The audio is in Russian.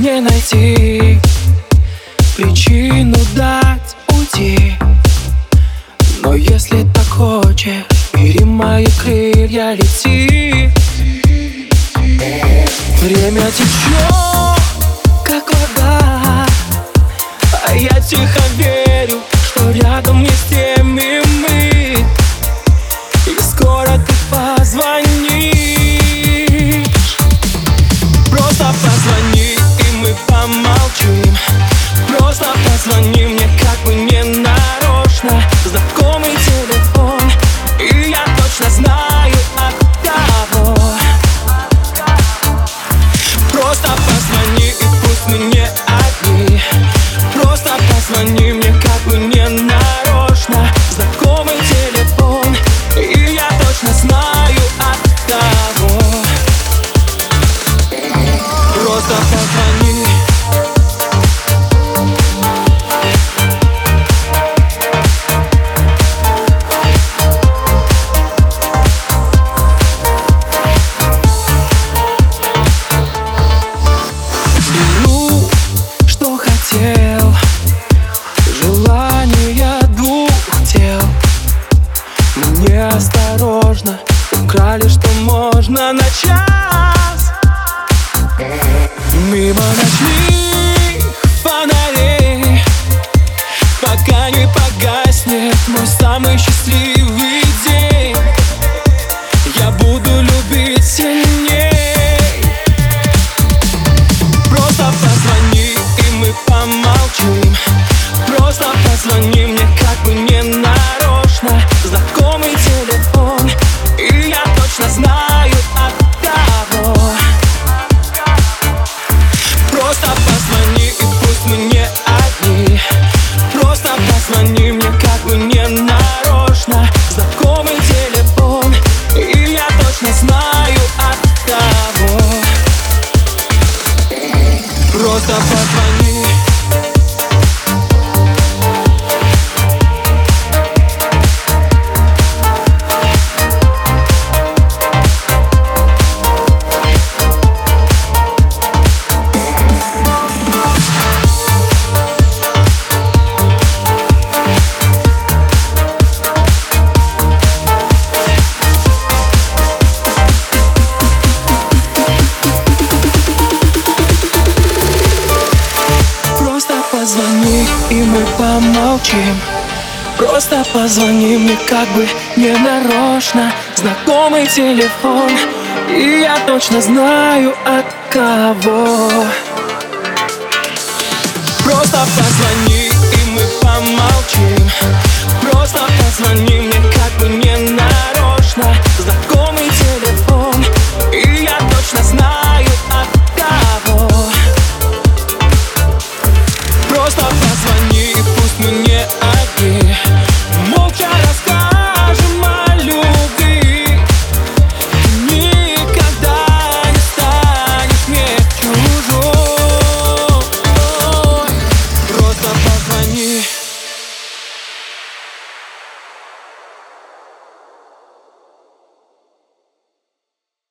не найти причину дать уйти. Но если так хочешь, бери мои крылья, лети. Время течет, как вода, а я тихо верю, что рядом не с теми мы. И скоро ты позвонишь. Просто позвони, и мы помолчим. Просто позвони мне, как бы не нарочно. Знакомый телефон, и я точно знаю от кого. Просто позвони, и пусть мы не одни. Просто позвони мне, как бы не нарочно. Знакомый телефон, и я точно знаю от кого. Просто позвони. Беру, что хотел, желания двух тел. Мне осторожно украли, что можно на час. Мимо ночных фонарей, пока не погаснет мой самый счастливый день. Я буду любить сильней. Просто позвони, и мы помолчим. Просто позвони мне, как бы не нарочно. Знакомый телефон, и я точно знаю от кого. Просто позвони, и пусть мы не одни. Просто позвони мне, как бы не нарочно. Знакомый телефон, и я точно знаю от кого. Просто позвони. Позвони, и мы помолчим. Просто позвони мне, как бы не нарочно. Знакомый телефон, и я точно знаю от кого. Просто позвони, и мы помолчим. Просто позвони мне, как бы не нарочно.